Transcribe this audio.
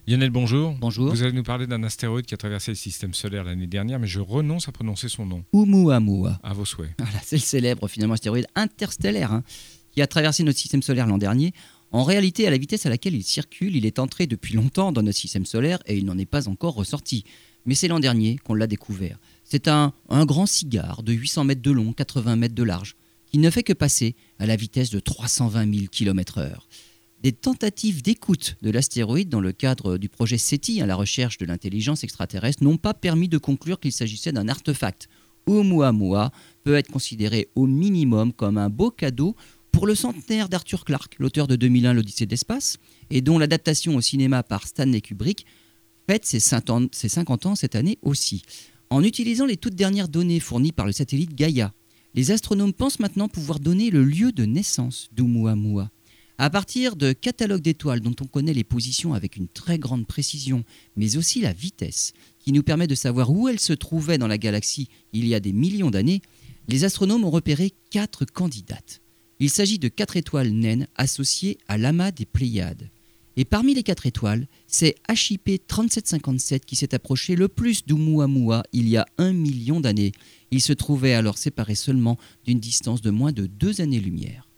Lionel, bonjour. Bonjour. Vous allez nous parler d'un astéroïde qui a traversé le système solaire l'année dernière, mais je renonce à prononcer son nom. Oumuamua. À vos souhaits. Voilà, c'est le célèbre finalement astéroïde interstellaire qui a traversé notre système solaire l'an dernier. En réalité, à la vitesse à laquelle il circule, il est entré depuis longtemps dans notre système solaire et il n'en est pas encore ressorti. Mais c'est l'an dernier qu'on l'a découvert. C'est un grand cigare de 800 mètres de long, 80 mètres de large, qui ne fait que passer à la vitesse de 320 000 km/h. Des tentatives d'écoute de l'astéroïde dans le cadre du projet SETI, la recherche de l'intelligence extraterrestre, n'ont pas permis de conclure qu'il s'agissait d'un artefact. Oumuamua peut être considéré au minimum comme un beau cadeau pour le centenaire d'Arthur Clarke, l'auteur de 2001 l'Odyssée de l'espace, et dont l'adaptation au cinéma par Stanley Kubrick fête ses 50 ans cette année aussi. En utilisant les toutes dernières données fournies par le satellite Gaia, les astronomes pensent maintenant pouvoir donner le lieu de naissance d'Oumuamua. À partir de catalogues d'étoiles dont on connaît les positions avec une très grande précision, mais aussi la vitesse, qui nous permet de savoir où elles se trouvaient dans la galaxie il y a des millions d'années, les astronomes ont repéré 4 candidates. Il s'agit de 4 étoiles naines associées à l'amas des Pléiades. Et parmi les 4 étoiles, c'est HIP 3757 qui s'est approché le plus d'Oumuamua il y a 1 million d'années. Il se trouvait alors séparé seulement d'une distance de moins de 2 années-lumière.